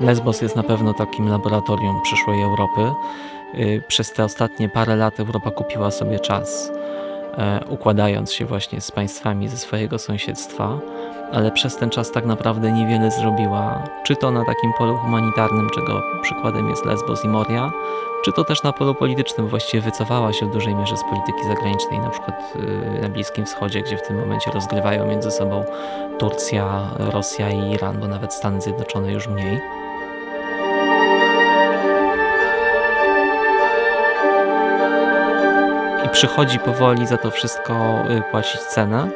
Lesbos jest na pewno takim laboratorium przyszłej Europy. Przez te ostatnie parę lat Europa kupiła sobie czas, układając się właśnie z państwami ze swojego sąsiedztwa, ale przez ten czas tak naprawdę niewiele zrobiła, czy to na takim polu humanitarnym, czego przykładem jest Lesbos i Moria, czy to też na polu politycznym. Właściwie wycofała się w dużej mierze z polityki zagranicznej, na przykład na Bliskim Wschodzie, gdzie w tym momencie rozgrywają między sobą Turcja, Rosja i Iran, bo nawet Stany Zjednoczone już mniej. I przychodzi powoli za to wszystko płacić cenę.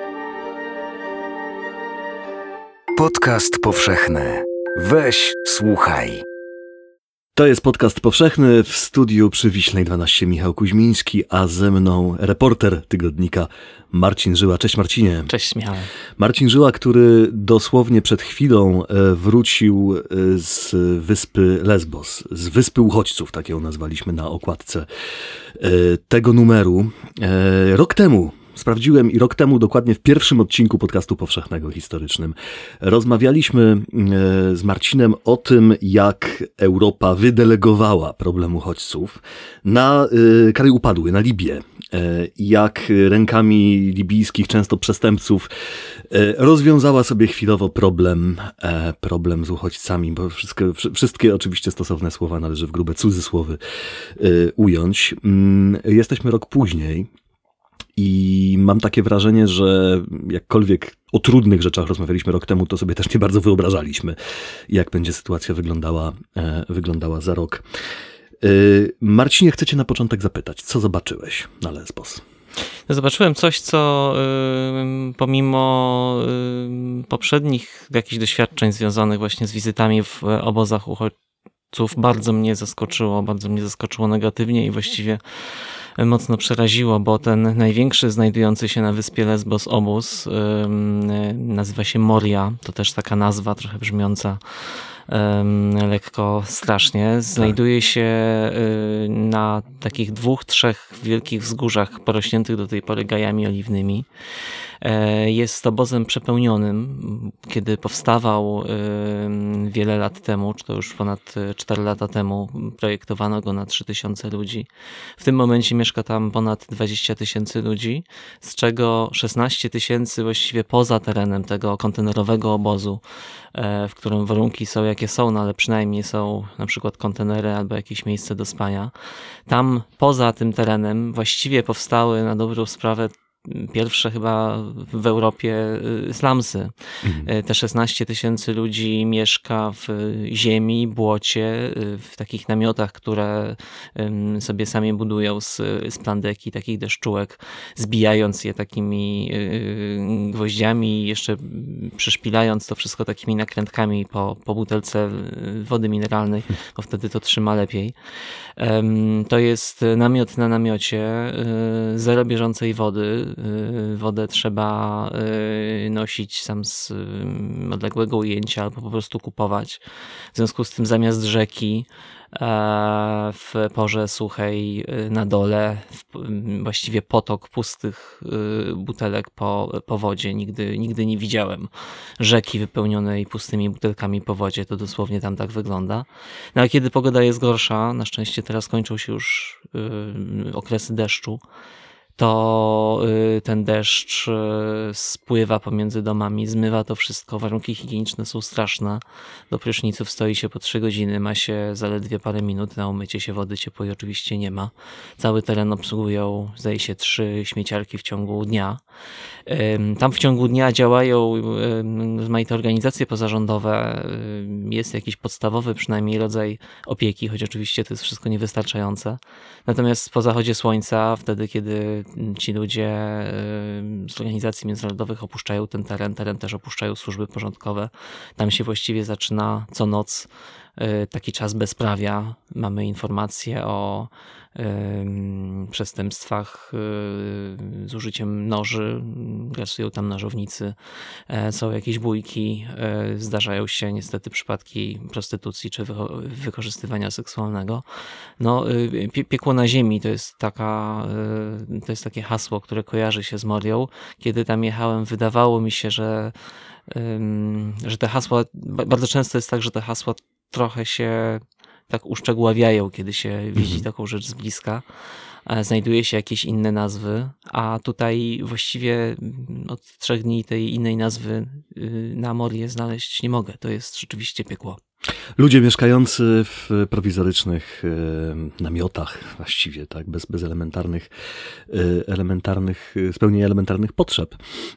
Podcast powszechny. Weź, słuchaj. To jest podcast powszechny, w studiu przy Wiśnej 12 Michał Kuźmiński, a ze mną reporter tygodnika Marcin Żyła. Cześć Marcinie. Cześć Michał. Marcin Żyła, który dosłownie przed chwilą wrócił z wyspy Lesbos, z wyspy uchodźców, tak ją nazwaliśmy na okładce tego numeru. Rok temu sprawdziłem i rok temu, dokładnie w pierwszym odcinku podcastu powszechnego historycznym, rozmawialiśmy z Marcinem o tym, jak Europa wydelegowała problem uchodźców na kraj upadły, na Libię. Jak rękami libijskich, często przestępców, rozwiązała sobie chwilowo problem z uchodźcami, bo wszystkie oczywiście stosowne słowa należy w grube cudzysłowy ująć. Jesteśmy rok później. I mam takie wrażenie, że jakkolwiek o trudnych rzeczach rozmawialiśmy rok temu, to sobie też nie bardzo wyobrażaliśmy, jak będzie sytuacja wyglądała za rok. Marcinie, chcę cię na początek zapytać, co zobaczyłeś na Lesbos? Zobaczyłem coś, co pomimo poprzednich jakichś doświadczeń związanych właśnie z wizytami w obozach uchodźców bardzo mnie zaskoczyło negatywnie i właściwie mocno przeraziło, bo ten największy znajdujący się na wyspie Lesbos obóz nazywa się Moria. To też taka nazwa trochę brzmiąca lekko strasznie. Znajduje się na takich 2-3 wielkich wzgórzach porośniętych do tej pory gajami oliwnymi. Jest obozem przepełnionym. Kiedy powstawał wiele lat temu, czy to już ponad 4 lata temu, projektowano go na 3000 ludzi. W tym momencie mieszka tam ponad 20 000 ludzi, z czego 16 000 właściwie poza terenem tego kontenerowego obozu, w którym warunki są jakie są, no ale przynajmniej są na przykład kontenery albo jakieś miejsce do spania. Tam poza tym terenem właściwie powstały na dobrą sprawę pierwsze chyba w Europie slumsy. Te 16 000 ludzi mieszka w ziemi, błocie, w takich namiotach, które sobie sami budują z plandeki, takich deszczułek, zbijając je takimi gwoździami i jeszcze przyszpilając to wszystko takimi nakrętkami po butelce wody mineralnej, bo wtedy to trzyma lepiej. To jest namiot na namiocie, zero bieżącej wody. Wodę trzeba nosić sam z odległego ujęcia albo po prostu kupować. W związku z tym zamiast rzeki w porze suchej na dole właściwie potok pustych butelek po wodzie. Nigdy nie widziałem rzeki wypełnionej pustymi butelkami po wodzie. To dosłownie tam tak wygląda. No a kiedy pogoda jest gorsza, na szczęście teraz kończą się już okresy deszczu, to ten deszcz spływa pomiędzy domami, zmywa to wszystko, warunki higieniczne są straszne. Do pryszniców stoi się po 3 godziny, ma się zaledwie parę minut na umycie się, wody ciepłej oczywiście nie ma. Cały teren obsługują, zdaje się, 3 śmieciarki w ciągu dnia. Tam w ciągu dnia działają rozmaite organizacje pozarządowe, jest jakiś podstawowy przynajmniej rodzaj opieki, choć oczywiście to jest wszystko niewystarczające. Natomiast po zachodzie słońca, wtedy kiedy ci ludzie z organizacji międzynarodowych opuszczają ten teren też opuszczają służby porządkowe. Tam się właściwie zaczyna co noc taki czas bezprawia. Mamy informacje o przestępstwach z użyciem noży, grasują tam nożownicy, są jakieś bójki, zdarzają się niestety przypadki prostytucji czy wykorzystywania seksualnego. No, piekło na ziemi to jest takie hasło, które kojarzy się z Morią. Kiedy tam jechałem, wydawało mi się, że te hasła, bardzo często jest tak, że te hasła trochę się tak uszczegóławiają, kiedy się widzi taką rzecz z bliska. Znajduje się jakieś inne nazwy, a tutaj właściwie od 3 dni tej innej nazwy na Morię znaleźć nie mogę. To jest rzeczywiście piekło. Ludzie mieszkający w prowizorycznych namiotach właściwie, tak, bez spełnienia elementarnych potrzeb.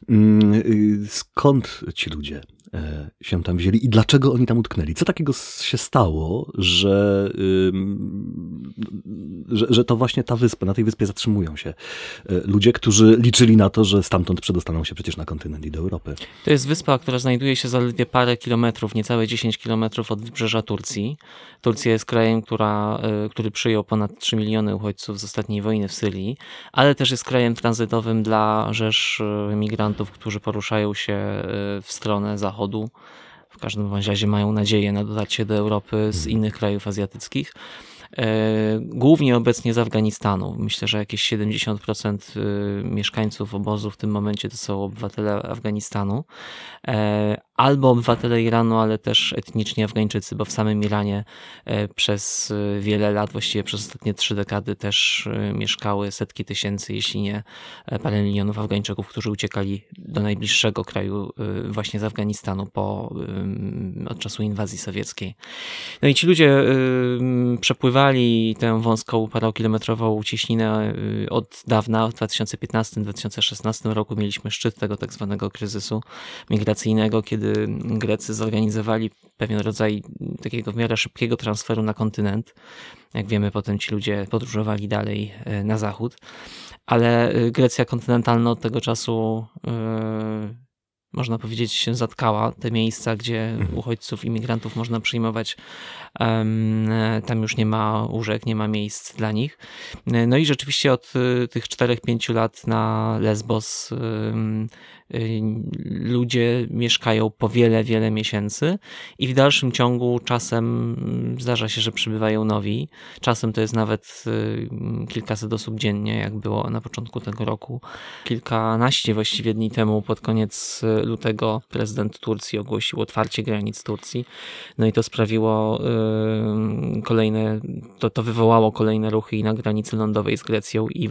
Skąd ci ludzie się tam wzięli i dlaczego oni tam utknęli? Co takiego się stało, że to właśnie na tej wyspie zatrzymują się ludzie, którzy liczyli na to, że stamtąd przedostaną się przecież na kontynent i do Europy? To jest wyspa, która znajduje się zaledwie parę kilometrów, niecałe 10 kilometrów od wybrzeża Turcji. Turcja jest krajem, który przyjął ponad 3 miliony uchodźców z ostatniej wojny w Syrii, ale też jest krajem tranzytowym dla rzesz migrantów, którzy poruszają się w stronę zachodu. W każdym razie mają nadzieję na dotarcie do Europy z innych krajów azjatyckich. Głównie obecnie z Afganistanu. Myślę, że jakieś 70% mieszkańców obozu w tym momencie to są obywatele Afganistanu. Albo obywatele Iranu, ale też etniczni Afgańczycy, bo w samym Iranie przez wiele lat, właściwie przez ostatnie 3 dekady też mieszkały setki tysięcy, jeśli nie parę milionów Afgańczyków, którzy uciekali do najbliższego kraju właśnie z Afganistanu od czasu inwazji sowieckiej. No i ci ludzie przepływali tę wąską parokilometrową cieśninę od dawna. W 2015-2016 roku mieliśmy szczyt tego tak zwanego kryzysu migracyjnego, kiedy Grecy zorganizowali pewien rodzaj takiego w miarę szybkiego transferu na kontynent. Jak wiemy, potem ci ludzie podróżowali dalej na zachód. Ale Grecja kontynentalna od tego czasu można powiedzieć się zatkała. Te miejsca, gdzie uchodźców, imigrantów można przyjmować, tam już nie ma łóżek, nie ma miejsc dla nich. No i rzeczywiście od tych 4-5 lat na Lesbos ludzie mieszkają po wiele miesięcy i w dalszym ciągu czasem zdarza się, że przybywają nowi. Czasem to jest nawet kilkaset osób dziennie, jak było na początku tego roku. Kilkanaście właściwie dni temu, pod koniec lutego, prezydent Turcji ogłosił otwarcie granic Turcji. No i to sprawiło to wywołało kolejne ruchy i na granicy lądowej z Grecją i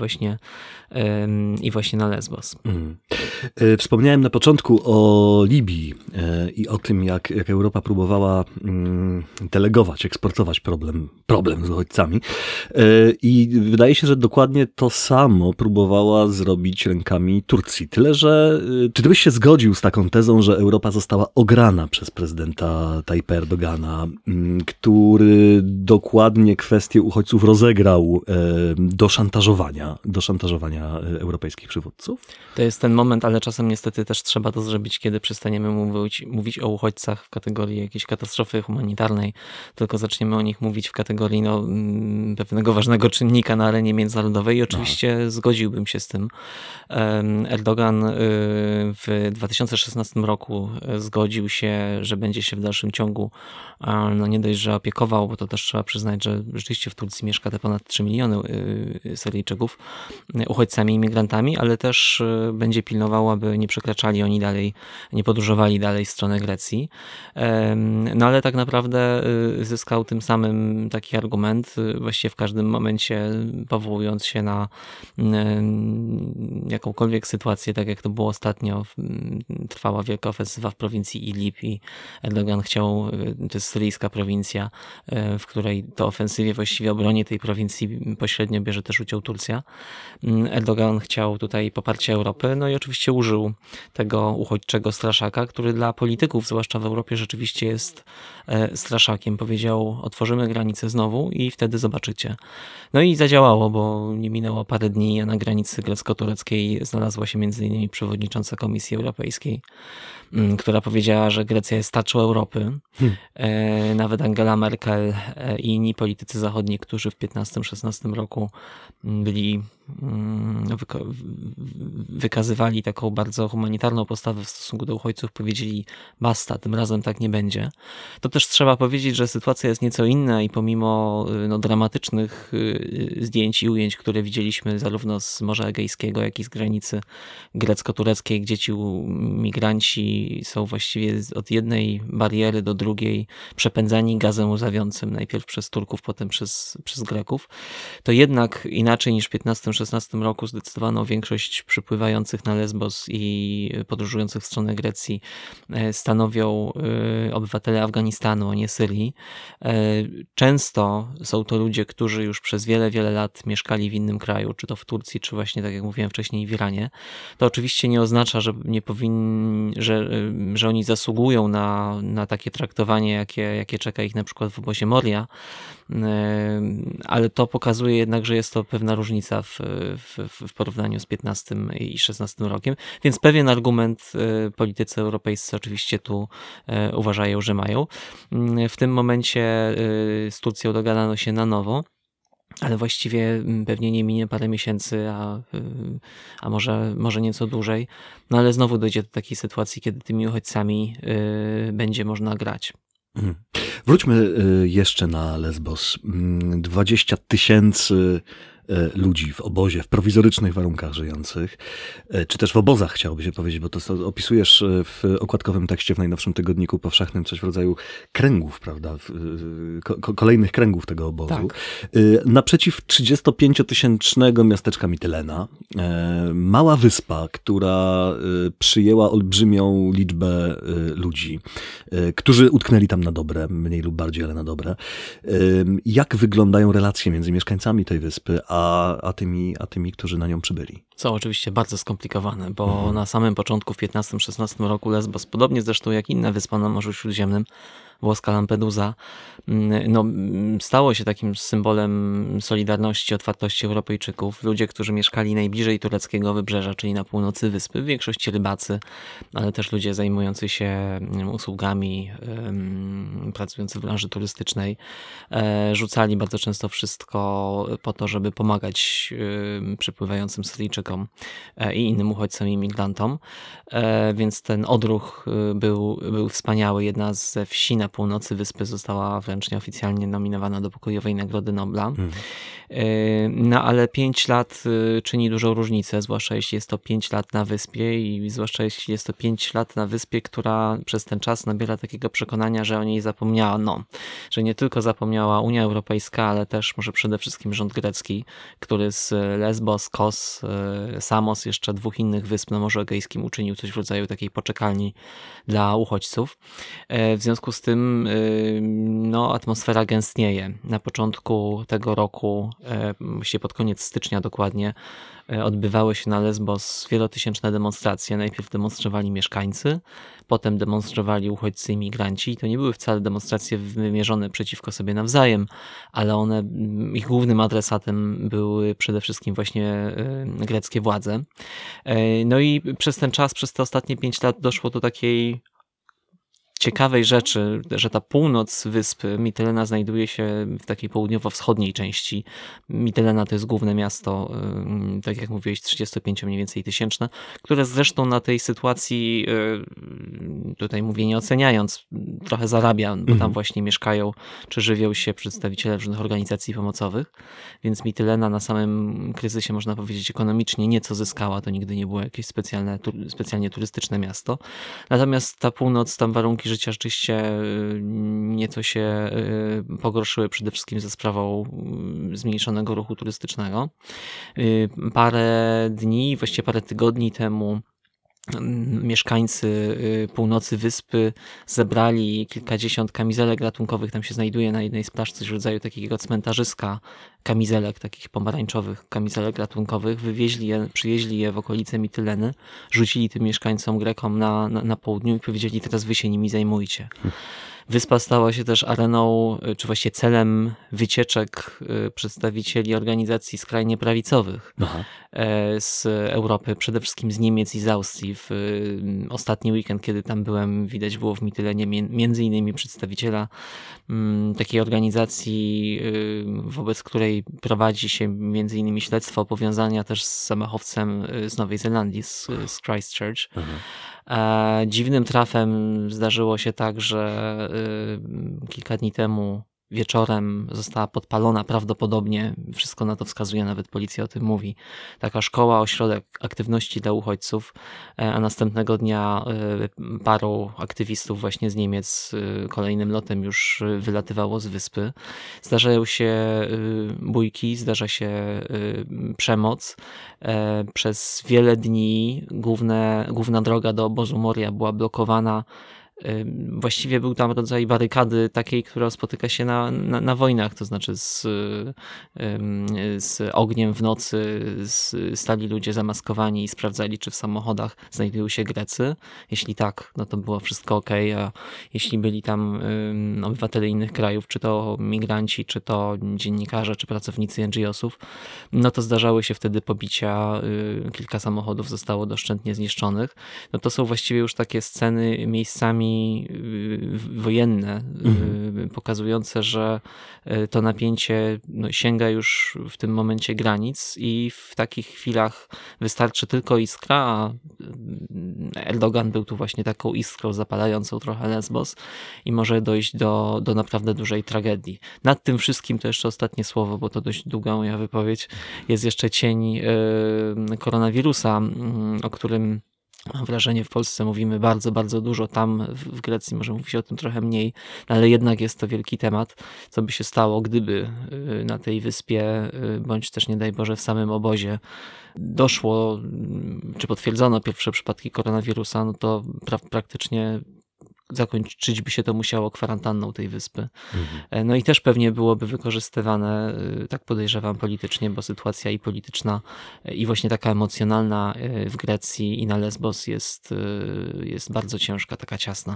właśnie na Lesbos. Wspomniałem na początku o Libii i o tym, jak Europa próbowała delegować, eksportować problem z uchodźcami. I wydaje się, że dokładnie to samo próbowała zrobić rękami Turcji. Tyle, że czy ty byś się zgodził z taką tezą, że Europa została ograna przez prezydenta Tayyipa Erdogana, który dokładnie kwestię uchodźców rozegrał do szantażowania europejskich przywódców? To jest ten moment, ale czasem niestety też trzeba to zrobić, kiedy przestaniemy mówić o uchodźcach w kategorii jakiejś katastrofy humanitarnej, tylko zaczniemy o nich mówić w kategorii pewnego ważnego czynnika na arenie międzynarodowej i oczywiście zgodziłbym się z tym. Erdogan w 2016 roku zgodził się, że będzie się w dalszym ciągu nie dość, że opiekował, bo to też trzeba przyznać, że rzeczywiście w Turcji mieszka te ponad 3 miliony Syryjczyków, uchodźcami i migrantami, ale też będzie pilnował, aby nie przekraczali oni dalej, nie podróżowali dalej w stronę Grecji. No ale tak naprawdę zyskał tym samym taki argument, właściwie w każdym momencie powołując się na jakąkolwiek sytuację, tak jak to było ostatnio, trwała wielka ofensywa w prowincji Idlib i Erdogan chciał, to jest syryjska prowincja, w której to ofensywie, właściwie obronie tej prowincji pośrednio bierze też udział Turcja. Erdogan chciał tutaj poparcia Europy, no i oczywiście użył tego uchodźczego straszaka, który dla polityków, zwłaszcza w Europie, rzeczywiście jest straszakiem. Powiedział, otworzymy granice znowu i wtedy zobaczycie. No i zadziałało, bo nie minęło parę dni, a na granicy grecko-tureckiej znalazła się m.in. przewodnicząca Komisji Europejskiej, która powiedziała, że Grecja jest tarczą Europy. Nawet Angela Merkel i inni politycy zachodni, którzy w 15-16 roku byli wykazywali taką bardzo humanitarną postawę w stosunku do uchodźców, powiedzieli basta, tym razem tak nie będzie. To też trzeba powiedzieć, że sytuacja jest nieco inna i pomimo dramatycznych zdjęć i ujęć, które widzieliśmy zarówno z Morza Egejskiego, jak i z granicy grecko-tureckiej, gdzie ci migranci są właściwie od jednej bariery do drugiej przepędzani gazem łzawiącym, najpierw przez Turków, potem przez Greków, to jednak inaczej niż w 15-16 roku zdecydowano większość przypływających na Lesbos i podróżujących w stronę Grecji stanowią obywatele Afganistanu, a nie Syrii. Często są to ludzie, którzy już przez wiele, wiele lat mieszkali w innym kraju, czy to w Turcji, czy właśnie, tak jak mówiłem wcześniej, w Iranie. To oczywiście nie oznacza, że nie powinni, że oni zasługują na takie traktowanie, jakie czeka ich na przykład w obozie Moria, ale to pokazuje jednak, że jest to pewna różnica w porównaniu z 15 i 16 rokiem, więc pewien argument politycy europejscy oczywiście tu uważają, że mają. W tym momencie z Turcją dogadano się na nowo, ale właściwie pewnie nie minie parę miesięcy, a może nieco dłużej. No ale znowu dojdzie do takiej sytuacji, kiedy tymi uchodźcami będzie można grać. Wróćmy jeszcze na Lesbos. 20 000 ludzi w obozie, w prowizorycznych warunkach żyjących, czy też w obozach, chciałoby się powiedzieć, bo to opisujesz w okładkowym tekście w najnowszym tygodniku powszechnym coś w rodzaju kręgów, prawda? Kolejnych kręgów tego obozu. Tak. Naprzeciw 35-tysięcznego miasteczka Mitylena, mała wyspa, która przyjęła olbrzymią liczbę ludzi, którzy utknęli tam na dobre, mniej lub bardziej, ale na dobre. Jak wyglądają relacje między mieszkańcami tej wyspy, a tymi, którzy na nią przybyli? Są oczywiście bardzo skomplikowane, bo na samym początku w 15-16 roku Lesbos, podobnie zresztą jak inna wyspa na Morzu Śródziemnym, włoska Lampedusa, stało się takim symbolem solidarności, otwartości Europejczyków. Ludzie, którzy mieszkali najbliżej tureckiego wybrzeża, czyli na północy wyspy, w większości rybacy, ale też ludzie zajmujący się usługami, pracujący w branży turystycznej, rzucali bardzo często wszystko po to, żeby pomagać przypływającym Syryjczykom i innym uchodźcom i imigrantom. Więc ten odruch był wspaniały. Jedna ze wsi na północy wyspy została wręcz nieoficjalnie nominowana do Pokojowej Nagrody Nobla. No ale 5 lat czyni dużą różnicę, zwłaszcza jeśli jest to 5 lat na wyspie i zwłaszcza jeśli jest to 5 lat na wyspie, która przez ten czas nabiera takiego przekonania, że o niej zapomniała, że nie tylko zapomniała Unia Europejska, ale też może przede wszystkim rząd grecki, który z Lesbos, Kos, Samos, jeszcze 2 innych wysp na Morzu Egejskim uczynił coś w rodzaju takiej poczekalni dla uchodźców. W związku z tym atmosfera gęstnieje. Na początku tego roku, właściwie pod koniec stycznia dokładnie, odbywały się na Lesbos wielotysięczne demonstracje. Najpierw demonstrowali mieszkańcy, potem demonstrowali uchodźcy i migranci. I to nie były wcale demonstracje wymierzone przeciwko sobie nawzajem, ale ich głównym adresatem były przede wszystkim właśnie greckie władze. No i przez ten czas, przez te ostatnie 5 lat doszło do takiej ciekawej rzeczy, że ta północ wyspy Mitylena znajduje się w takiej południowo-wschodniej części. Mitylena to jest główne miasto, tak jak mówiłeś, 35 mniej więcej tysięczne, które zresztą na tej sytuacji, tutaj mówię nie oceniając, trochę zarabia, bo tam właśnie mieszkają czy żywią się przedstawiciele różnych organizacji pomocowych, więc Mitylena na samym kryzysie, można powiedzieć, ekonomicznie nieco zyskała, to nigdy nie było jakieś specjalnie turystyczne miasto. Natomiast ta północ, tam warunki życia rzeczywiście nieco się pogorszyły, przede wszystkim ze sprawą zmniejszonego ruchu turystycznego. Parę dni, właściwie parę tygodni temu mieszkańcy północy wyspy zebrali kilkadziesiąt kamizelek ratunkowych. Tam się znajduje na jednej z plaż coś w rodzaju takiego cmentarzyska kamizelek, takich pomarańczowych kamizelek ratunkowych. Przywieźli je w okolice Mityleny, rzucili tym mieszkańcom Grekom na południu i powiedzieli: teraz wy się nimi zajmujcie. Wyspa stała się też areną, czy właściwie celem wycieczek przedstawicieli organizacji skrajnie prawicowych z Europy, przede wszystkim z Niemiec i z Austrii. W ostatni weekend, kiedy tam byłem, widać było w Mitylenie między innymi przedstawiciela takiej organizacji, wobec której prowadzi się między innymi śledztwo, powiązania też z zamachowcem z Nowej Zelandii, z Christchurch. Dziwnym trafem zdarzyło się tak, że kilka dni temu wieczorem została podpalona prawdopodobnie, wszystko na to wskazuje, nawet policja o tym mówi, taka szkoła, ośrodek aktywności dla uchodźców, a następnego dnia paru aktywistów właśnie z Niemiec kolejnym lotem już wylatywało z wyspy. Zdarzają się bójki, zdarza się przemoc. Przez wiele dni główna droga do obozu Moria była blokowana. Właściwie był tam rodzaj barykady takiej, która spotyka się na wojnach, to znaczy z ogniem w nocy stali ludzie zamaskowani i sprawdzali, czy w samochodach znajdują się Grecy. Jeśli tak, no to było wszystko okej, a jeśli byli tam obywatele innych krajów, czy to migranci, czy to dziennikarze, czy pracownicy NGO-sów, no to zdarzały się wtedy pobicia, kilka samochodów zostało doszczętnie zniszczonych. No to są właściwie już takie sceny miejscami wojenne, pokazujące, że to napięcie sięga już w tym momencie granic i w takich chwilach wystarczy tylko iskra, a Erdogan był tu właśnie taką iskrą zapalającą trochę Lesbos i może dojść do naprawdę dużej tragedii. Nad tym wszystkim, to jeszcze ostatnie słowo, bo to dość długa moja wypowiedź, jest jeszcze cień koronawirusa, o którym mam wrażenie, w Polsce mówimy bardzo, bardzo dużo, tam w Grecji może mówi się o tym trochę mniej, ale jednak jest to wielki temat, co by się stało, gdyby na tej wyspie, bądź też nie daj Boże w samym obozie doszło, czy potwierdzono pierwsze przypadki koronawirusa, no to praktycznie zakończyć by się to musiało kwarantanną tej wyspy. No i też pewnie byłoby wykorzystywane, tak podejrzewam, politycznie, bo sytuacja i polityczna, i właśnie taka emocjonalna w Grecji i na Lesbos jest bardzo ciężka, taka ciasna.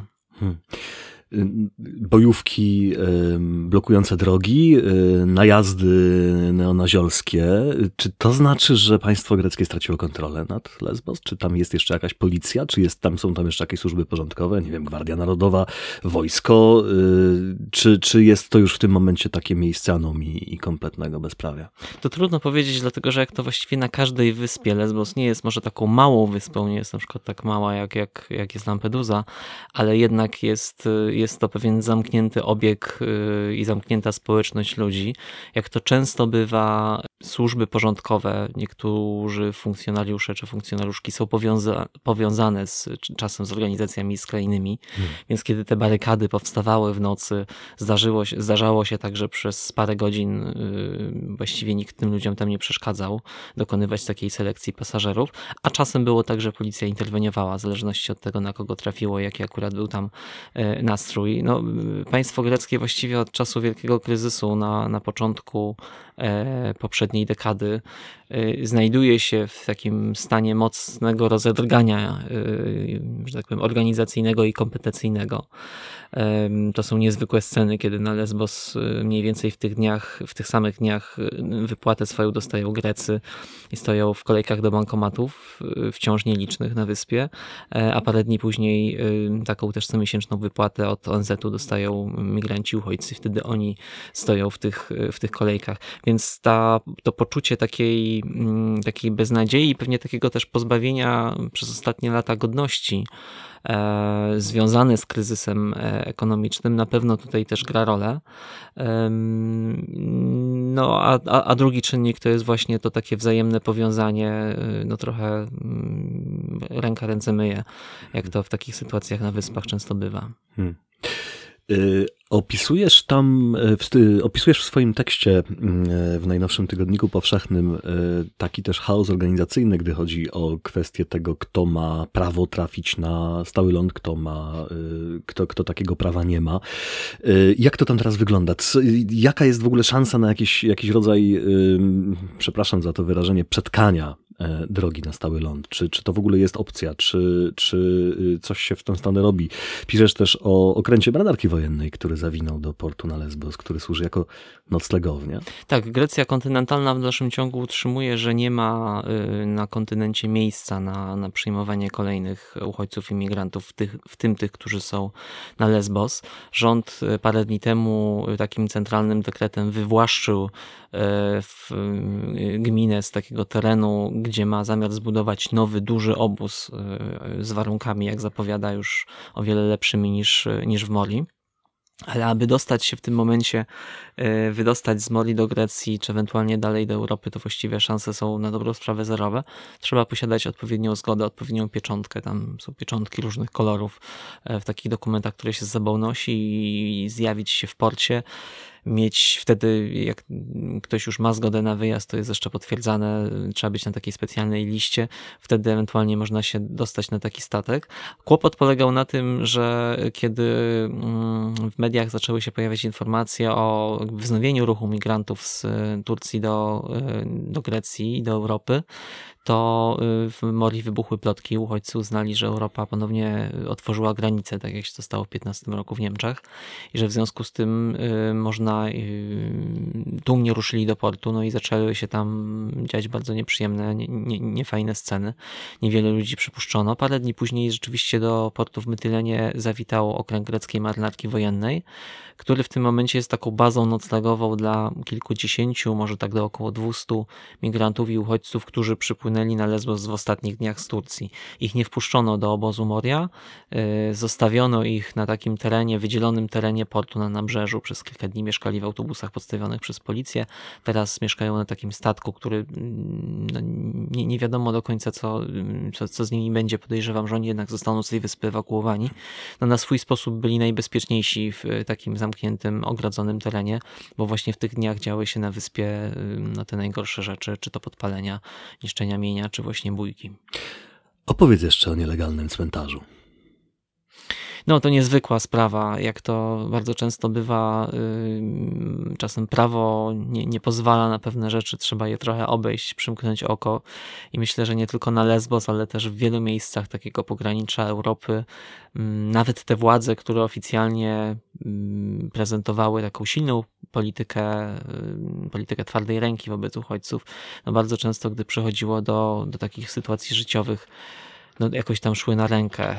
Bojówki blokujące drogi, najazdy neonaziolskie. Czy to znaczy, że państwo greckie straciło kontrolę nad Lesbos? Czy tam jest jeszcze jakaś policja? Czy są tam jeszcze jakieś służby porządkowe? Nie wiem, Gwardia Narodowa, wojsko? Czy jest to już w tym momencie takie miejsce anomii i kompletnego bezprawia? To trudno powiedzieć, dlatego że jak to właściwie na każdej wyspie, Lesbos nie jest może taką małą wyspą, nie jest na przykład tak mała jak jest Lampedusa, ale jednak jest to pewien zamknięty obieg i zamknięta społeczność ludzi. Jak to często bywa, służby porządkowe, niektórzy funkcjonariusze czy funkcjonariuszki są powiązane czasem z organizacjami skrajnymi, więc kiedy te barykady powstawały w nocy, zdarzało się tak, że przez parę godzin właściwie nikt tym ludziom tam nie przeszkadzał dokonywać takiej selekcji pasażerów, a czasem było tak, że policja interweniowała w zależności od tego, na kogo trafiło, jaki akurat był tam nastrój. No, państwo greckie właściwie od czasu wielkiego kryzysu na początku poprzedniej dekady znajduje się w takim stanie mocnego rozedrgania, że tak powiem, organizacyjnego i kompetencyjnego. To są niezwykłe sceny, kiedy na Lesbos mniej więcej w tych samych dniach wypłatę swoją dostają Grecy i stoją w kolejkach do bankomatów, wciąż nielicznych na wyspie, a parę dni później taką też comiesięczną wypłatę od ONZ-u dostają migranci, uchodźcy, wtedy oni stoją w tych kolejkach. Więc to poczucie takiej beznadziei i pewnie takiego też pozbawienia przez ostatnie lata godności związane z kryzysem ekonomicznym na pewno tutaj też gra rolę. No a drugi czynnik to jest właśnie to takie wzajemne powiązanie, no trochę ręka ręce myje, jak to w takich sytuacjach na wyspach często bywa. Opisujesz w swoim tekście w najnowszym tygodniku powszechnym taki też chaos organizacyjny, gdy chodzi o kwestię tego, kto ma prawo trafić na stały ląd, kto takiego prawa nie ma. Jak to tam teraz wygląda? Jaka jest w ogóle szansa na jakiś rodzaj, przepraszam za to wyrażenie, przetkania drogi na stały ląd? Czy to w ogóle jest opcja? Czy coś się w tę stronę robi? Piszesz też o okręcie marynarki wojennej, który zawinął do portu na Lesbos, który służy jako noclegownia. Tak, Grecja kontynentalna w dalszym ciągu utrzymuje, że nie ma na kontynencie miejsca na przyjmowanie kolejnych uchodźców, imigrantów, w tym tych, którzy są na Lesbos. Rząd parę dni temu takim centralnym dekretem wywłaszczył w gminę z takiego terenu, gdzie ma zamiar zbudować nowy, duży obóz z warunkami, jak zapowiada, już o wiele lepszymi niż w Mori. Ale aby dostać się w tym momencie, wydostać z Mori do Grecji, czy ewentualnie dalej do Europy, to właściwie szanse są na dobrą sprawę zerowe. Trzeba posiadać odpowiednią zgodę, odpowiednią pieczątkę. Tam są pieczątki różnych kolorów w takich dokumentach, które się z sobą nosi i zjawić się w porcie. Mieć wtedy, jak ktoś już ma zgodę na wyjazd, to jest jeszcze potwierdzane, trzeba być na takiej specjalnej liście, wtedy ewentualnie można się dostać na taki statek. Kłopot polegał na tym, że kiedy w mediach zaczęły się pojawiać informacje o wznowieniu ruchu migrantów z Turcji do Grecji i do Europy, to w Mori wybuchły plotki. Uchodźcy uznali, że Europa ponownie otworzyła granice, tak jak się to stało w 15 roku w Niemczech i że w związku z tym tłumnie ruszyli do portu, no i zaczęły się tam dziać bardzo nieprzyjemne, niefajne sceny. Niewiele ludzi przypuszczono. Parę dni później rzeczywiście do portu w Mytylenie zawitał okręt greckiej marynarki wojennej, który w tym momencie jest taką bazą noclegową dla kilkudziesięciu, może tak do około 200 migrantów i uchodźców, którzy przypłynęli na Lesbos w ostatnich dniach z Turcji. Ich nie wpuszczono do obozu Moria, zostawiono ich na takim terenie, wydzielonym terenie portu na nabrzeżu. Przez kilka dni mieszkali w autobusach podstawionych przez policję. Teraz mieszkają na takim statku, który nie wiadomo do końca co z nimi będzie. Podejrzewam, że oni jednak zostaną z tej wyspy ewakuowani. No, na swój sposób byli najbezpieczniejsi w takim zamkniętym, ogrodzonym terenie, bo właśnie w tych dniach działy się na wyspie te najgorsze rzeczy, czy to podpalenia, niszczenia mienia, czy właśnie bójki. Opowiedz jeszcze o nielegalnym cmentarzu. No to niezwykła sprawa, jak to bardzo często bywa, czasem prawo nie pozwala na pewne rzeczy, trzeba je trochę obejść, przymknąć oko i myślę, że nie tylko na Lesbos, ale też w wielu miejscach takiego pogranicza Europy, nawet te władze, które oficjalnie prezentowały taką silną politykę twardej ręki wobec uchodźców, no bardzo często, gdy przychodziło do takich sytuacji życiowych, no jakoś tam szły na rękę.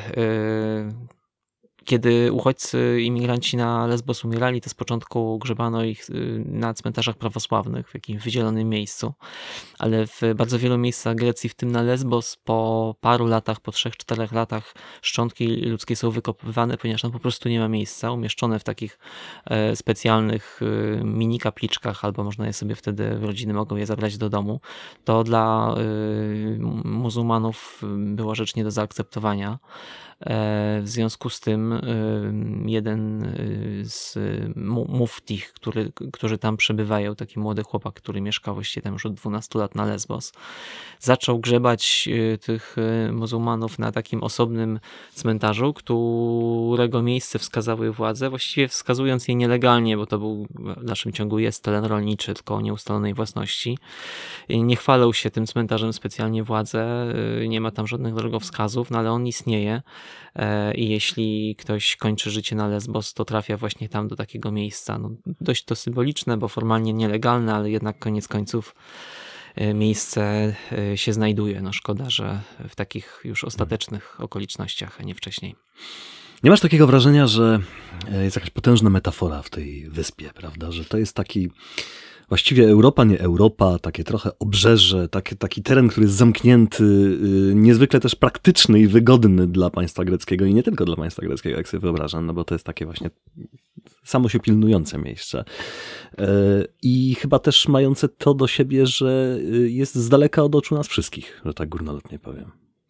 Kiedy uchodźcy, imigranci na Lesbos umierali, to z początku grzebano ich na cmentarzach prawosławnych w jakimś wydzielonym miejscu, ale w bardzo wielu miejscach Grecji, w tym na Lesbos, po paru latach, po 3-4 latach szczątki ludzkie są wykopywane, ponieważ tam po prostu nie ma miejsca, umieszczone w takich specjalnych mini kapliczkach, albo można je sobie wtedy, rodziny mogą je zabrać do domu. To dla muzułmanów była rzecz nie do zaakceptowania. W związku z tym jeden z muftich, którzy tam przebywają, taki młody chłopak, który mieszka właściwie tam już od 12 lat na Lesbos, zaczął grzebać tych muzułmanów na takim osobnym cmentarzu, którego miejsce wskazały władze, właściwie wskazując je nielegalnie, bo to był w dalszym ciągu jest teren rolniczy, tylko o nieustalonej własności. Nie chwalą się tym cmentarzem specjalnie władze, nie ma tam żadnych drogowskazów, no ale on istnieje. I jeśli ktoś kończy życie na Lesbos, to trafia właśnie tam do takiego miejsca. No, dość to symboliczne, bo formalnie nielegalne, ale jednak koniec końców miejsce się znajduje. No szkoda, że w takich już ostatecznych okolicznościach, a nie wcześniej. Nie masz takiego wrażenia, że jest jakaś potężna metafora w tej wyspie, prawda? Że to jest taki właściwie Europa, nie Europa, takie trochę obrzeże, taki teren, który jest zamknięty, niezwykle też praktyczny i wygodny dla państwa greckiego i nie tylko dla państwa greckiego, jak sobie wyobrażam, no bo to jest takie właśnie samo się pilnujące miejsce. I chyba też mające to do siebie, że jest z daleka od oczu nas wszystkich, że tak górnolotnie powiem.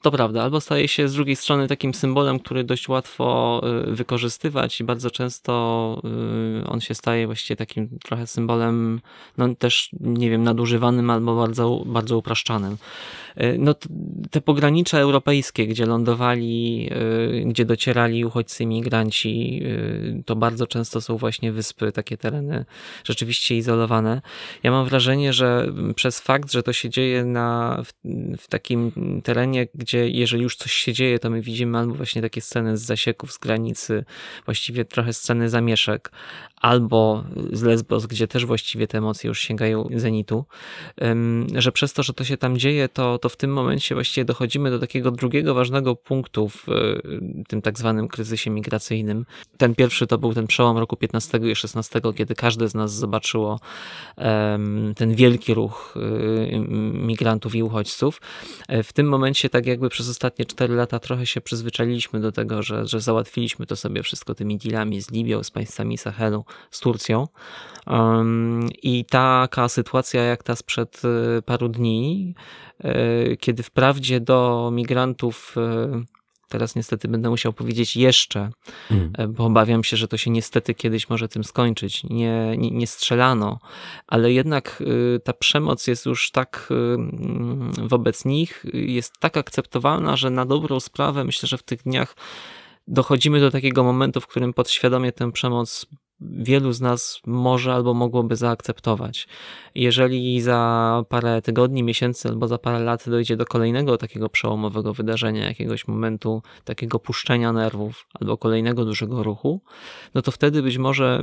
To prawda, albo staje się z drugiej strony takim symbolem, który dość łatwo wykorzystywać i bardzo często on się staje właściwie takim trochę symbolem, no też, nie wiem, nadużywanym albo bardzo, bardzo upraszczanym. No, te pogranicze europejskie, gdzie lądowali, gdzie docierali uchodźcy, imigranci, to bardzo często są właśnie wyspy, takie tereny rzeczywiście izolowane. Ja mam wrażenie, że przez fakt, że to się dzieje w takim terenie, gdzie jeżeli już coś się dzieje, to my widzimy albo właśnie takie sceny z zasieków, z granicy, właściwie trochę sceny zamieszek, albo z Lesbos, gdzie też właściwie te emocje już sięgają zenitu, że przez to, że to się tam dzieje, to w tym momencie właściwie dochodzimy do takiego drugiego ważnego punktu w tym tak zwanym kryzysie migracyjnym. Ten pierwszy to był ten przełom roku 15 i 16, kiedy każde z nas zobaczyło ten wielki ruch migrantów i uchodźców. W tym momencie tak jakby przez ostatnie 4 lata trochę się przyzwyczailiśmy do tego, że załatwiliśmy to sobie wszystko tymi dealami z Libią, z państwami Sahelu, z Turcją. I taka sytuacja jak ta sprzed paru dni, kiedy wprawdzie do migrantów, teraz niestety będę musiał powiedzieć jeszcze, bo obawiam się, że to się niestety kiedyś może tym skończyć, nie strzelano, ale jednak ta przemoc jest już tak wobec nich, jest tak akceptowalna, że na dobrą sprawę myślę, że w tych dniach dochodzimy do takiego momentu, w którym podświadomie tę przemoc wielu z nas może albo mogłoby zaakceptować. Jeżeli za parę tygodni, miesięcy albo za parę lat dojdzie do kolejnego takiego przełomowego wydarzenia, jakiegoś momentu takiego puszczenia nerwów albo kolejnego dużego ruchu, no to wtedy być może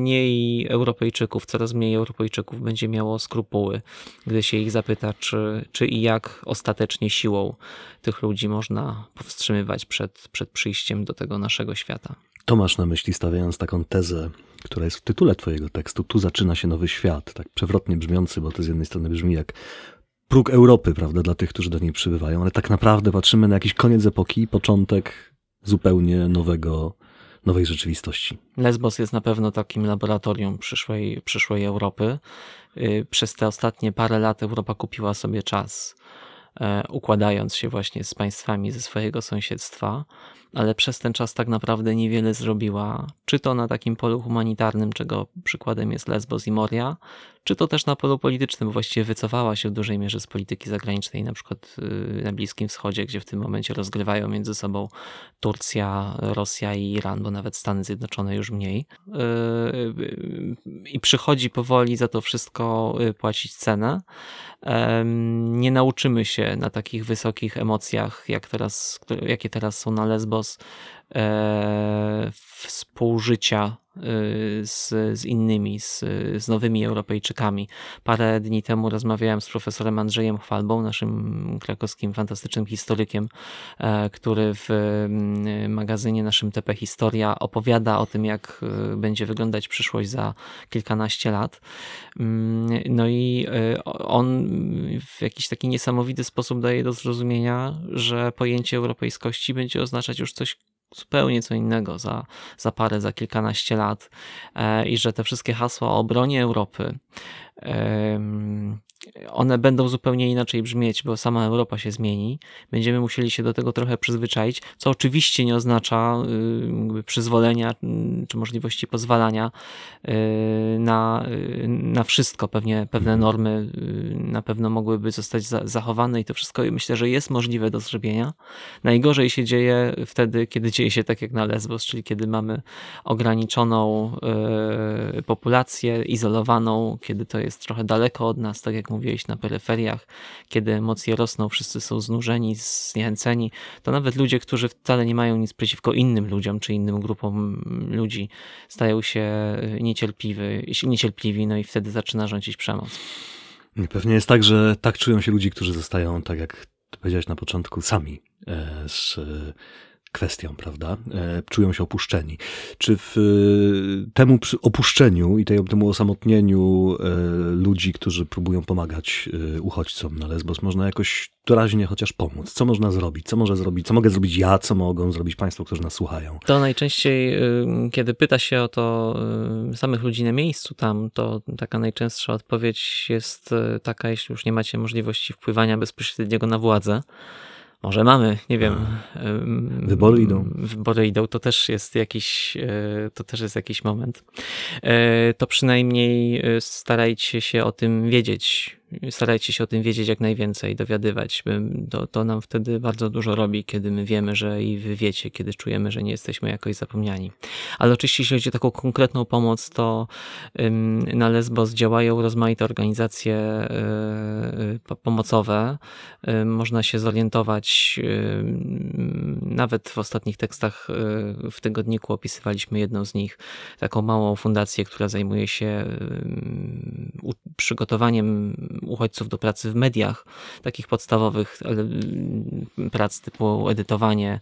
coraz mniej Europejczyków będzie miało skrupuły, gdy się ich zapyta, czy i jak ostatecznie siłą tych ludzi można powstrzymywać przed przyjściem do tego naszego świata. To masz na myśli, stawiając taką tezę, która jest w tytule twojego tekstu. Tu zaczyna się nowy świat, tak przewrotnie brzmiący, bo to z jednej strony brzmi jak próg Europy, prawda, dla tych, którzy do niej przybywają, ale tak naprawdę patrzymy na jakiś koniec epoki, początek zupełnie nowej rzeczywistości. Lesbos jest na pewno takim laboratorium przyszłej Europy. Przez te ostatnie parę lat Europa kupiła sobie czas, układając się właśnie z państwami ze swojego sąsiedztwa, ale przez ten czas tak naprawdę niewiele zrobiła, czy to na takim polu humanitarnym, czego przykładem jest Lesbos i Moria, czy to też na polu politycznym, bo właściwie wycofała się w dużej mierze z polityki zagranicznej, na przykład na Bliskim Wschodzie, gdzie w tym momencie rozgrywają między sobą Turcja, Rosja i Iran, bo nawet Stany Zjednoczone już mniej. I przychodzi powoli za to wszystko płacić cenę. Nie nauczymy się na takich wysokich emocjach, jakie teraz są na Lesbos, współżycia z innymi, z nowymi Europejczykami. Parę dni temu rozmawiałem z profesorem Andrzejem Chwalbą, naszym krakowskim fantastycznym historykiem, który w magazynie naszym TP Historia opowiada o tym, jak będzie wyglądać przyszłość za kilkanaście lat. No i on w jakiś taki niesamowity sposób daje do zrozumienia, że pojęcie europejskości będzie oznaczać już coś zupełnie co innego za kilkanaście lat i że te wszystkie hasła o obronie Europy, one będą zupełnie inaczej brzmieć, bo sama Europa się zmieni. Będziemy musieli się do tego trochę przyzwyczaić, co oczywiście nie oznacza przyzwolenia czy możliwości pozwalania na wszystko. Pewne normy na pewno mogłyby zostać zachowane i to wszystko myślę, że jest możliwe do zrobienia. Najgorzej się dzieje wtedy, kiedy dzieje się tak jak na Lesbos, czyli kiedy mamy ograniczoną populację, izolowaną, kiedy to jest trochę daleko od nas, tak jak mówiłeś, na peryferiach, kiedy emocje rosną, wszyscy są znużeni, zniechęceni, to nawet ludzie, którzy wcale nie mają nic przeciwko innym ludziom, czy innym grupom ludzi, stają się niecierpliwi, no i wtedy zaczyna rządzić przemoc. Pewnie jest tak, że tak czują się ludzie, którzy zostają, tak jak powiedziałeś na początku, sami z kwestią, prawda? Czują się opuszczeni. Czy w temu opuszczeniu i temu osamotnieniu ludzi, którzy próbują pomagać uchodźcom na Lesbos, można jakoś doraźnie chociaż pomóc? Co można zrobić? Co mogę zrobić ja? Co mogą zrobić państwo, którzy nas słuchają? To najczęściej, kiedy pyta się o to samych ludzi na miejscu tam, to taka najczęstsza odpowiedź jest taka, jeśli już nie macie możliwości wpływania bezpośredniego na władzę, Może mamy, nie wiem. Wybory idą. Wybory idą, to też jest jakiś moment. To przynajmniej starajcie się o tym wiedzieć. Starajcie się o tym wiedzieć jak najwięcej, dowiadywać. To nam wtedy bardzo dużo robi, kiedy my wiemy, że i wy wiecie, kiedy czujemy, że nie jesteśmy jakoś zapomniani. Ale oczywiście, jeśli chodzi o taką konkretną pomoc, to na Lesbos działają rozmaite organizacje pomocowe. Można się zorientować, nawet w ostatnich tekstach w tygodniku opisywaliśmy jedną z nich, taką małą fundację, która zajmuje się przygotowaniem uchodźców do pracy w mediach, takich podstawowych prac typu edytowanie,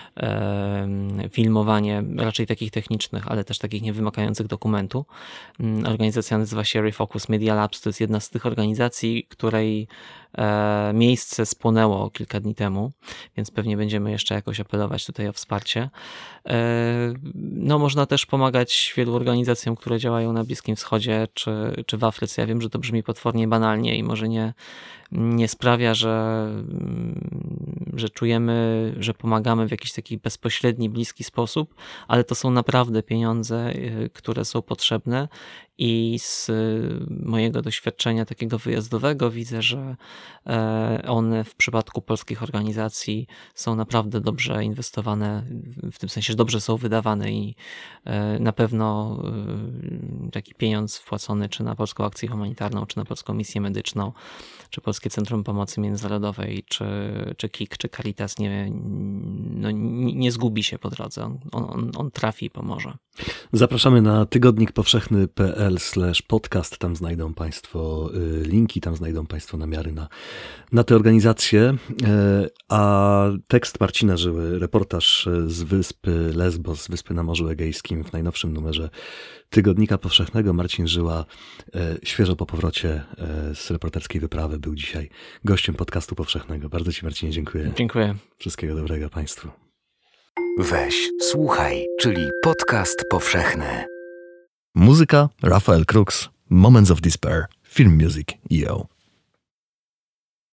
filmowanie, raczej takich technicznych, ale też takich niewymagających dokumentu. Organizacja nazywa się Refocus Media Labs, to jest jedna z tych organizacji, której miejsce spłonęło kilka dni temu, więc pewnie będziemy jeszcze jakoś apelować tutaj o wsparcie. No, można też pomagać wielu organizacjom, które działają na Bliskim Wschodzie czy w Afryce. Ja wiem, że to brzmi potwornie banalnie i może nie sprawia, że czujemy, że pomagamy w jakiś taki bezpośredni, bliski sposób, ale to są naprawdę pieniądze, które są potrzebne i z mojego doświadczenia takiego wyjazdowego widzę, że one w przypadku polskich organizacji są naprawdę dobrze inwestowane, w tym sensie, że dobrze są wydawane i na pewno taki pieniądz wpłacony czy na Polską Akcję Humanitarną, czy na Polską Misję Medyczną, czy Polskie Centrum Pomocy Międzynarodowej, czy KIK, czy Caritas nie zgubi się po drodze. On trafi i pomoże. Zapraszamy na tygodnikpowszechny.pl/podcast. Tam znajdą Państwo linki, tam znajdą Państwo namiary na te organizacje. A tekst Marcina Żyły, reportaż z wyspy Lesbos, z wyspy na Morzu Egejskim w najnowszym numerze Tygodnika Powszechnego. Marcin Żyła, świeżo po powrocie z reporterskiej wyprawy, był dzisiaj gościem podcastu powszechnego. Bardzo Ci, Marcinie, dziękuję. Dziękuję. Wszystkiego dobrego Państwu. Weź, słuchaj, czyli podcast powszechny. Muzyka Rafael Krux, Moments of Despair, Film Music EO.